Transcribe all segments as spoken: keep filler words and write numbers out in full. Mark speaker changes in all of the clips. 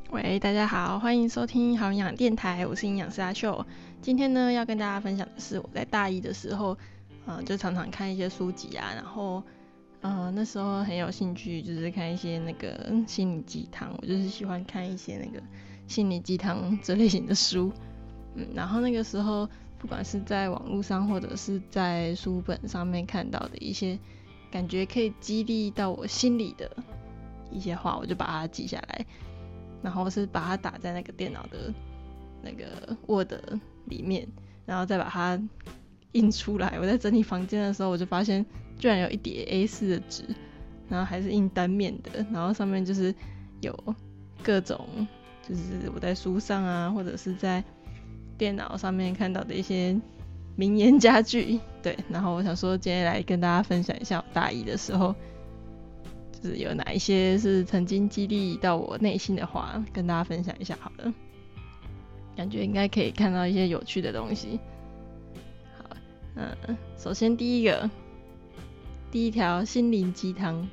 Speaker 1: 喂，大家好，欢迎收听好营养电台，我是营养师阿秀。今天呢，要跟大家分享的是我在大一的时候，呃，就常常看一些书籍啊，然后，呃，那时候很有兴趣，就是看一些那个心理鸡汤，我就是喜欢看一些那个心理鸡汤这类型的书，嗯，然后那个时候，不管是在网络上或者是在书本上面看到的一些感觉可以激励到我心里的一些话，我就把它记下来。然后是把它打在那个电脑的那个 Word 里面，然后再把它印出来。我在整理房间的时候，我就发现居然有一叠 A 四 的纸，然后还是印单面的，然后上面就是有各种就是我在书上啊，或者是在电脑上面看到的一些名言佳句。对，然后我想说今天来跟大家分享一下我大一的时候就是有哪一些是曾经激励到我内心的话，跟大家分享一下好了，感觉应该可以看到一些有趣的东西。好，嗯，首先第一个，第一条心灵鸡汤。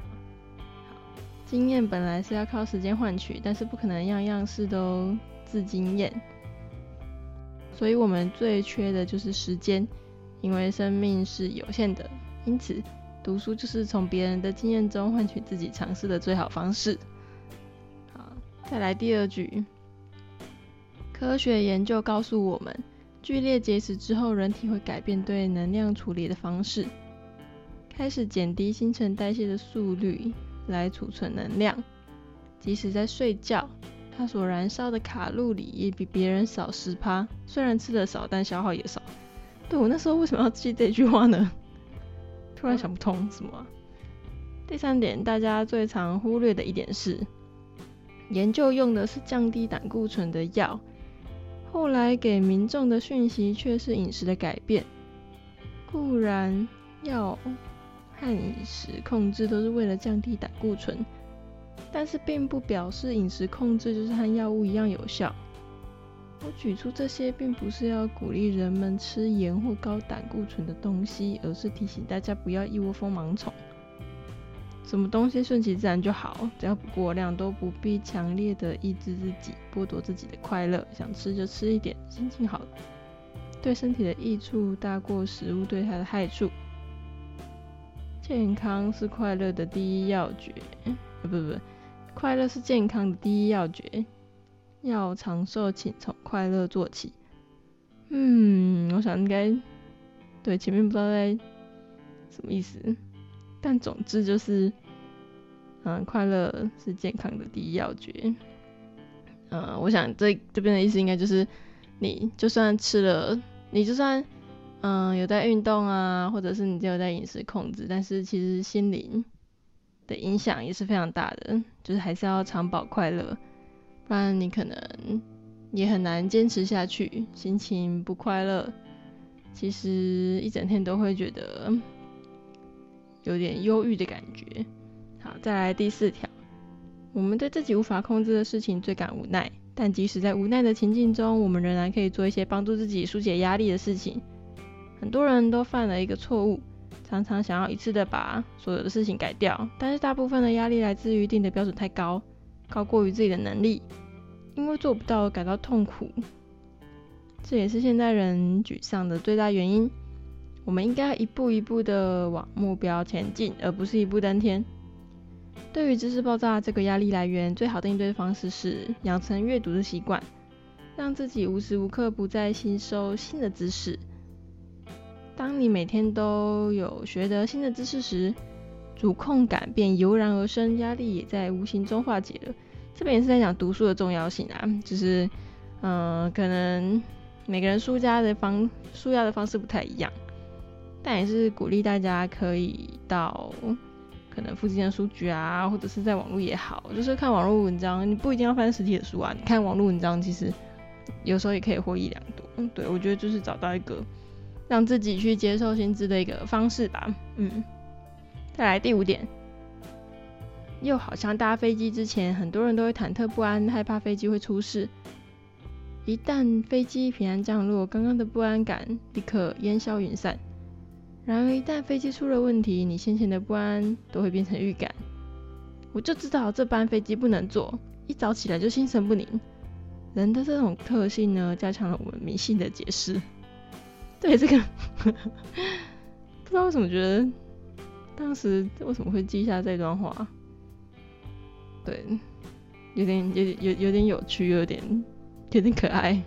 Speaker 1: 经验本来是要靠时间换取，但是不可能样样事都自经验，所以我们最缺的就是时间，因为生命是有限的，因此读书就是从别人的经验中换取自己尝试的最好方式。好，再来第二句，科学研究告诉我们，剧烈节食之后，人体会改变对能量处理的方式，开始减低新陈代谢的速率来储存能量。即使在睡觉，它所燃烧的卡路里也比别人少 百分之十， 虽然吃得少，但消耗也少。对，我那时候为什么要记这句话呢？突然想不通什么、啊、第三点，大家最常忽略的一点是，研究用的是降低胆固醇的药，后来给民众的讯息却是饮食的改变。固然药和饮食控制都是为了降低胆固醇，但是并不表示饮食控制就是和药物一样有效。我举出这些并不是要鼓励人们吃盐或高胆固醇的东西，而是提醒大家不要一窝蜂盲从。什么东西顺其自然就好，只要不过量，都不必强烈的抑制自己，剥夺自己的快乐，想吃就吃一点，心情好，对身体的益处大过食物对它的害处。健康是快乐的第一要诀，不不不，快乐是健康的第一要诀。要长寿，请从快乐做起。嗯，我想应该对前面不知道在什么意思，但总之就是，嗯，快乐是健康的第一要诀。嗯，我想这这边的意思应该就是，你就算吃了，你就算嗯有在运动啊，或者是你就有在饮食控制，但是其实心灵的影响也是非常大的，就是还是要常保快乐。不然你可能也很难坚持下去，心情不快乐，其实一整天都会觉得有点忧郁的感觉。好，再来第四条，我们对自己无法控制的事情最感无奈，但即使在无奈的情境中，我们仍然可以做一些帮助自己疏解压力的事情。很多人都犯了一个错误，常常想要一次的把所有的事情改掉，但是大部分的压力来自于定的标准太高，高过于自己的能力，因为做不到而感到痛苦，这也是现代人沮丧的最大原因。我们应该一步一步的往目标前进，而不是一步登天。对于知识爆炸这个压力来源，最好的应对方式是养成阅读的习惯，让自己无时无刻不在吸收新的知识。当你每天都有学得新的知识时，主控感便油然而生，压力也在无形中化解了。这边也是在讲读书的重要性啊，就是嗯、呃，可能每个人舒压的方舒压的方式不太一样，但也是鼓励大家可以到可能附近的书局啊，或者是在网络也好，就是看网络文章，你不一定要翻实体的书啊，你看网络文章其实有时候也可以获益良多。嗯，对，我觉得就是找到一个让自己去接受新知的一个方式吧。嗯，再来第五点，又好像搭飞机之前，很多人都会忐忑不安，害怕飞机会出事。一旦飞机平安降落，刚刚的不安感立刻烟消云散。然而一旦飞机出了问题，你先前的不安都会变成预感。我就知道这班飞机不能坐， 一早起来就心神不宁。人的这种特性呢，加强了我们迷信的解释。对这个不知道为什么觉得当时为什么会记下这段话，对，有点有点有有点有趣，有点有点可爱。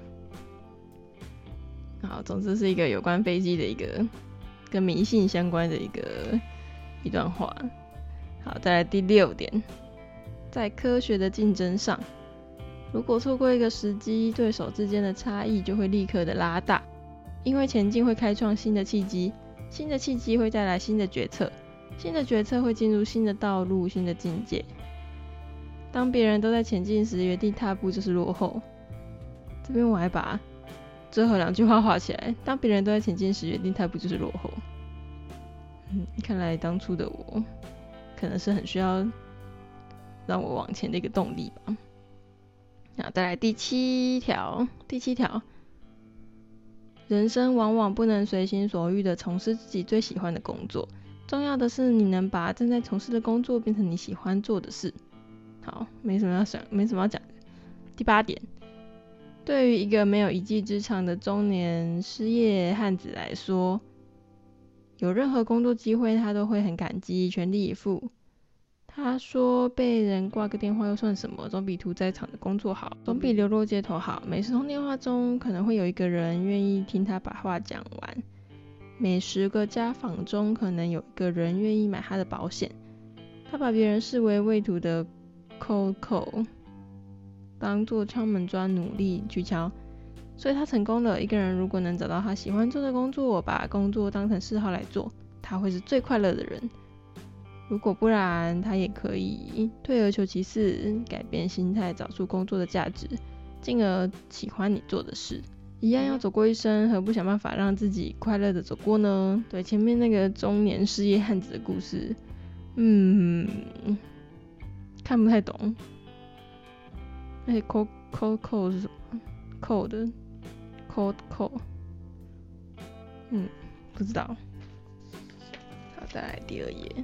Speaker 1: 好，总之是一个有关飞机的一个跟迷信相关的一个一段话。好，再来第六点，在科学的竞争上，如果错过一个时机，对手之间的差异就会立刻的拉大，因为前进会开创新的契机，新的契机会带来新的决策，新的决策会进入新的道路、新的境界。当别人都在前进时，原地踏步就是落后。这边我还把最后两句话画起来，当别人都在前进时，原地踏步就是落后。嗯，看来当初的我可能是很需要让我往前的一个动力吧。好，再来第七条，第七条，人生往往不能随心所欲的从事自己最喜欢的工作，重要的是你能把正在从事的工作变成你喜欢做的事。好，没什么要想，没什么要讲的。第八点，对于一个没有一技之长的中年失业汉子来说，有任何工作机会他都会很感激，全力以赴。他说被人挂个电话又算什么，总比屠宰场的工作好，总比流落街头好。每十通电话中可能会有一个人愿意听他把话讲完，每十个家访中可能有一个人愿意买他的保险。他把别人视为畏途的cold call当做敲门砖努力去敲，所以他成功了。一个人如果能找到他喜欢做的工作，把工作当成嗜好来做，他会是最快乐的人。如果不然，他也可以退而求其次，改变心态，找出工作的价值，进而喜欢你做的事。一样要走过一生，何不想办法让自己快乐的走过呢？对，前面那个中年失业汉子的故事，嗯，看不太懂。而且 cold cold call 是什么 ？cold cold call， 嗯，不知道。好，再来第二页。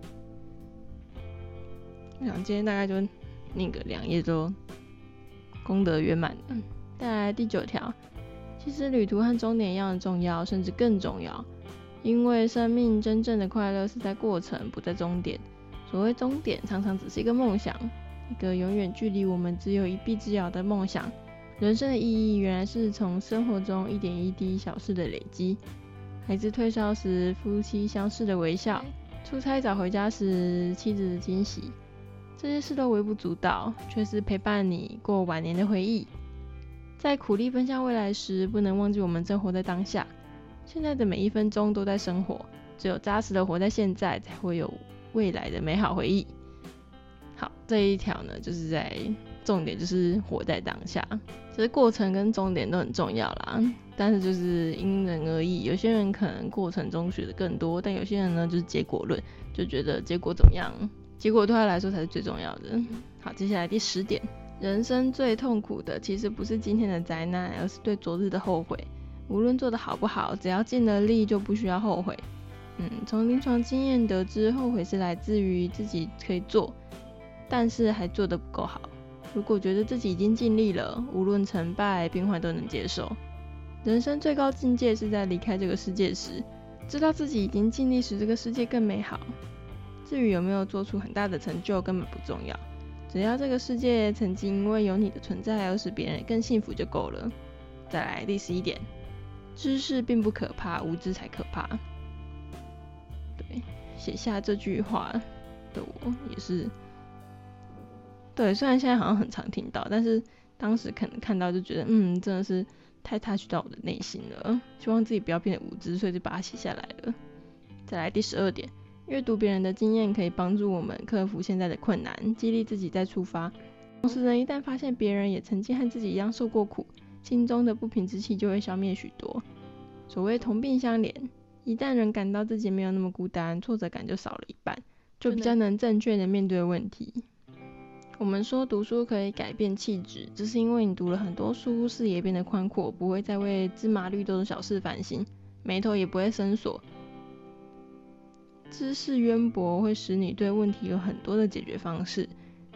Speaker 1: 我想今天大概就念个两页就功德圆满了。再来第九条，其实旅途和终点一样的重要，甚至更重要，因为生命真正的快乐是在过程，不在终点。所谓终点，常常只是一个梦想，一个永远距离我们只有一臂之遥的梦想。人生的意义原来是从生活中一点一滴小事的累积。孩子退烧时，夫妻相视的微笑；出差早回家时，妻子的惊喜。这些事都微不足道，却是陪伴你过晚年的回忆。在苦力奔向未来时，不能忘记我们正活在当下。现在的每一分钟都在生活，只有扎实的活在现在，才会有未来的美好回忆。好，这一条呢，就是在重点就是活在当下。其实过程跟终点都很重要啦，但是就是因人而异。有些人可能过程中学的更多，但有些人呢就是结果论，就觉得结果怎么样，结果对他来说才是最重要的。好，接下来第十点，人生最痛苦的其实不是今天的灾难，而是对昨日的后悔。无论做得好不好，只要尽了力就不需要后悔。嗯，从临床经验得知，后悔是来自于自己可以做，但是还做得不够好。如果觉得自己已经尽力了，无论成败，病患都能接受。人生最高境界是在离开这个世界时，知道自己已经尽力使这个世界更美好。至于有没有做出很大的成就，根本不重要。只要这个世界曾经因为有你的存在而使别人更幸福就够了。再来第十一点，知识并不可怕，无知才可怕。对，写下这句话的我也是，对，虽然现在好像很常听到，但是当时可能看到就觉得，嗯，真的是太 touch 到我的内心了。希望自己不要变得无知，所以就把它写下来了。再来第十二点，阅读别人的经验可以帮助我们克服现在的困难，激励自己再出发。同时呢，一旦发现别人也曾经和自己一样受过苦，心中的不平之气就会消灭许多。所谓同病相怜，一旦人感到自己没有那么孤单，挫折感就少了一半，就比较能正确的面对问题。我们说读书可以改变气质，这是因为你读了很多书，视野变得宽阔，不会再为芝麻绿豆的小事烦心，眉头也不会深锁。知识渊博会使你对问题有很多的解决方式，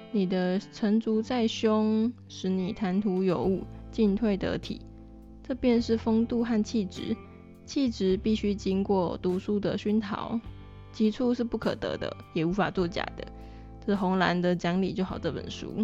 Speaker 1: 你的成竹在胸，使你谈吐有物，进退得体，这便是风度和气质。气质必须经过读书的熏陶，急促是不可得的，也无法作假的。这是红蓝的《讲理就好》这本书。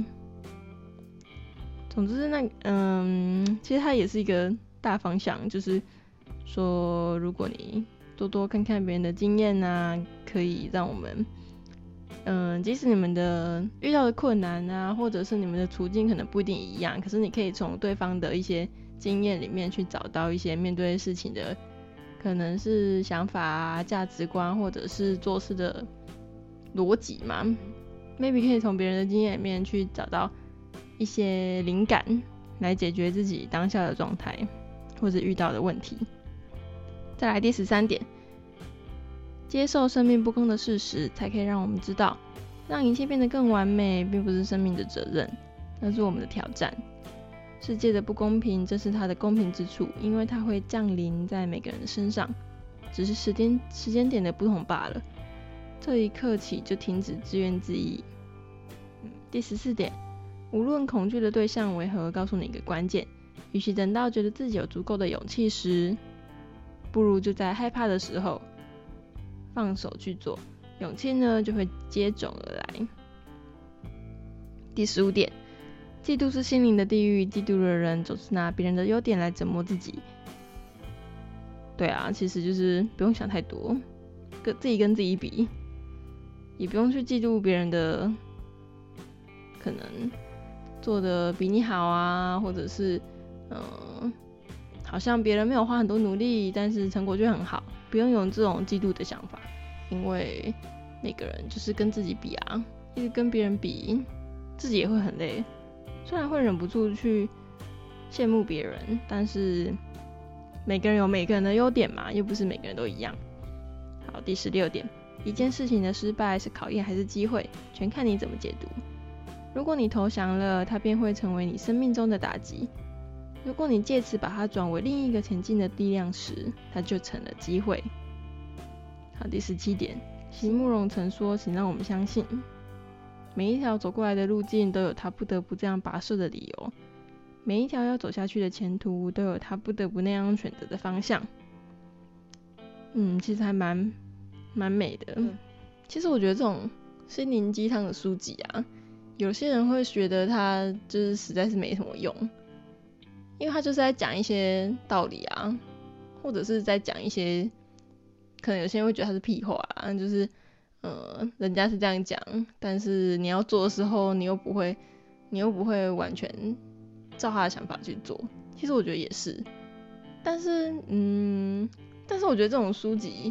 Speaker 1: 总之是那嗯，其实它也是一个大方向，就是说，如果你多多看看别人的经验啊，可以让我们，嗯，即使你们的遇到的困难啊，或者是你们的处境可能不一定一样，可是你可以从对方的一些经验里面去找到一些面对事情的，可能是想法啊、价值观，或者是做事的逻辑嘛。maybe 可以从别人的经验里面去找到一些灵感，来解决自己当下的状态，或者遇到的问题。再来第十三点，接受生命不公的事实，才可以让我们知道，让一切变得更完美，并不是生命的责任，那是我们的挑战。世界的不公平，这是它的公平之处，因为它会降临在每个人的身上，只是时间时间点的不同罢了。这一刻起就停止自怨自艾。嗯、第十四点，无论恐惧的对象为何，告诉你一个关键：与其等到觉得自己有足够的勇气时，不如就在害怕的时候放手去做，勇气呢就会接踵而来。第十五点，嫉妒是心灵的地狱，嫉妒的人总是拿别人的优点来折磨自己。对啊，其实就是不用想太多，跟自己跟自己比，也不用去嫉妒别人的可能做的比你好啊，或者是嗯、呃，好像别人没有花很多努力，但是成果就很好，不用有这种嫉妒的想法，因为每个人就是跟自己比啊，一直跟别人比，自己也会很累。虽然会忍不住去羡慕别人，但是每个人有每个人的优点嘛，又不是每个人都一样。好，第十六点，一件事情的失败是考验还是机会，全看你怎么解读。如果你投降了，它便会成为你生命中的打击；如果你借此把它转为另一个前进的力量时，它就成了机会。好，第十七点，席慕容曾说，请让我们相信，每一条走过来的路径都有它不得不这样跋涉的理由，每一条要走下去的前途都有它不得不那样选择的方向。嗯，其实还蛮蛮美的。嗯、其实我觉得这种心灵鸡汤的书籍啊，有些人会觉得它就是实在是没什么用，因为它就是在讲一些道理啊，或者是在讲一些，可能有些人会觉得它是屁话啊，就是呃，人家是这样讲，但是你要做的时候，你又不会，你又不会完全照他的想法去做。其实我觉得也是，但是嗯。但是我觉得这种书籍，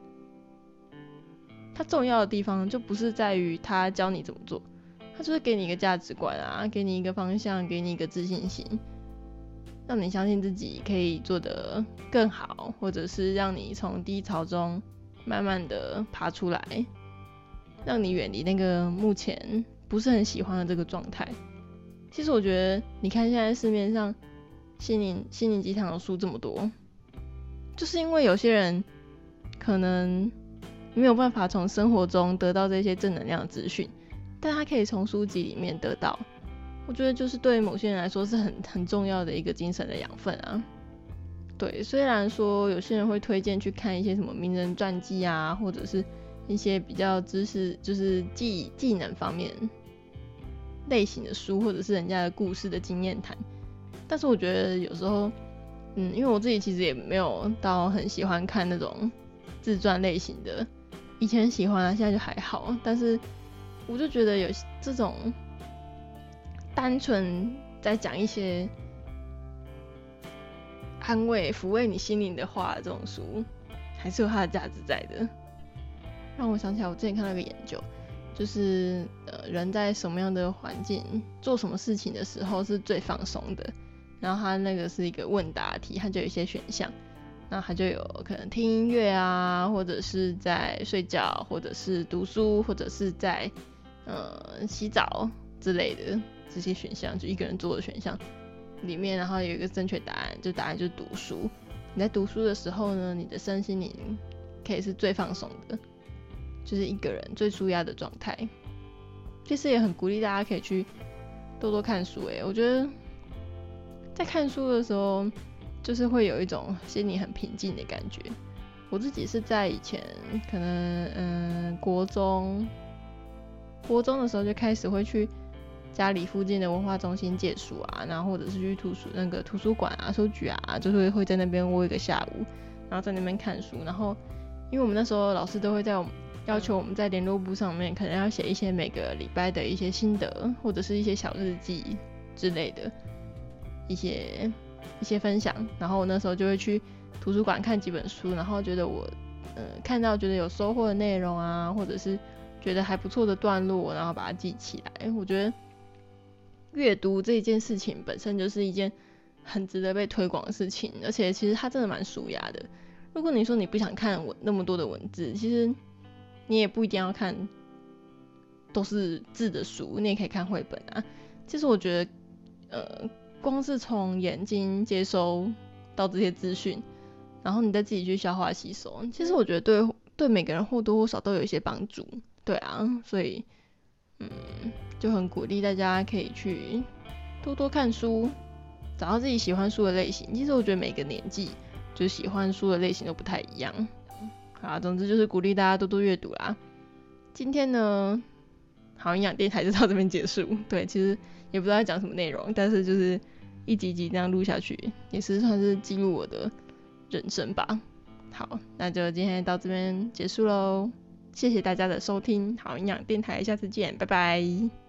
Speaker 1: 它重要的地方就不是在于它教你怎么做，它就是给你一个价值观啊，给你一个方向，给你一个自信心，让你相信自己可以做得更好，或者是让你从低潮中慢慢的爬出来，让你远离那个目前不是很喜欢的这个状态。其实我觉得，你看现在市面上心灵心灵鸡汤的书这么多，就是因为有些人可能没有办法从生活中得到这些正能量的资讯，但他可以从书籍里面得到，我觉得就是对某些人来说是很很重要的一个精神的养分啊。对，虽然说有些人会推荐去看一些什么名人传记啊，或者是一些比较知识就是技技能方面类型的书，或者是人家的故事的经验谈，但是我觉得有时候嗯，因为我自己其实也没有到很喜欢看那种自传类型的，以前很喜欢啊，现在就还好。但是我就觉得有这种单纯在讲一些安慰、抚慰你心灵的话的这种书，还是有它的价值在的。让我想起来，我之前看到一个研究，就是呃，人在什么样的环境做什么事情的时候是最放松的。然后它那个是一个问答题，它就有一些选项，然后它就有可能听音乐啊，或者是在睡觉，或者是读书，或者是在呃洗澡之类的这些选项，就一个人做的选项里面，然后有一个正确答案，就答案就是读书。你在读书的时候呢，你的身心灵可以是最放松的，就是一个人最舒压的状态。 其实也很鼓励大家可以去多多看书诶，我觉得在看书的时候就是会有一种心里很平静的感觉。我自己是在以前可能嗯国中国中的时候就开始会去家里附近的文化中心借书啊，然后或者是去图书那个图书馆啊、书局啊，就是会在那边窝一个下午，然后在那边看书。然后因为我们那时候老师都会在我们要求我们在联络簿上面可能要写一些每个礼拜的一些心得，或者是一些小日记之类的一些一些分享。然后我那时候就会去图书馆看几本书，然后觉得我呃看到觉得有收获的内容啊，或者是觉得还不错的段落，然后把它记起来。我觉得阅读这一件事情本身就是一件很值得被推广的事情，而且其实它真的蛮舒压的。如果你说你不想看文那么多的文字，其实你也不一定要看都是字的书，你也可以看绘本啊。其实我觉得呃光是从眼睛接收到这些资讯，然后你再自己去消化吸收，其实我觉得对对每个人或多或少都有一些帮助。对啊，所以嗯就很鼓励大家可以去多多看书，找到自己喜欢书的类型。其实我觉得每个年纪就喜欢书的类型都不太一样。好，总之就是鼓励大家多多阅读啦。今天呢，好营养电台就到这边结束。对，其实也不知道在讲什么内容，但是就是一集一集这样录下去，也是算是记录我的人生吧。好，那就今天到这边结束咯，谢谢大家的收听，好营养电台，下次见，拜拜。